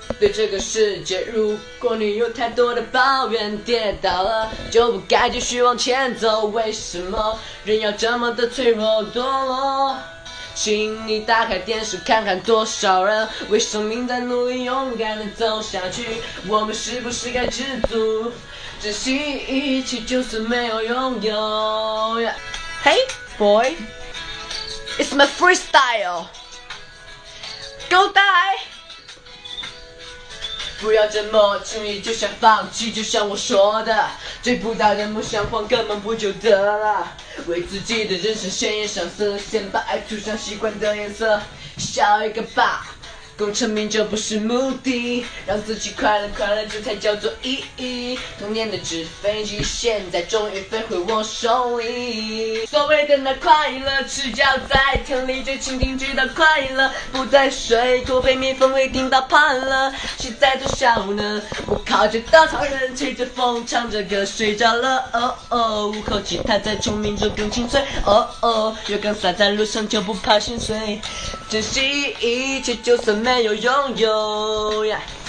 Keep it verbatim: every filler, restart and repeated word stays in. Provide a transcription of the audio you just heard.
对这个世界，如果你有太多的抱怨，跌倒了就不该继续往前走。为什么人要这么的脆弱堕落？请你打开电视看看，多少人为生命在努力，勇敢的走下去。我们是不是该知足，珍惜一切，就算没有拥有。Hey boy, it's my freestyle. Go die. 不要这么轻易就想放弃，就像我说的，追不到的梦想荒根本不就得了？为自己的人生鲜艳上色，先把爱涂上习惯的颜色，笑一个吧。功成名就不是目的，让自己快乐快乐，这才叫做意义。童年的纸飞机，现在终于飞回我手里。所谓的那快乐，赤脚在田里追蜻蜓，直到快乐不再睡，头被蜜蜂给叮到怕了。谁在偷笑呢？我靠着稻草人，吹着风，唱着歌睡着了。哦哦，午后吉他在虫鸣中更清脆。哦哦，月光洒在路上就不怕心碎，珍惜一切，就算没有拥有。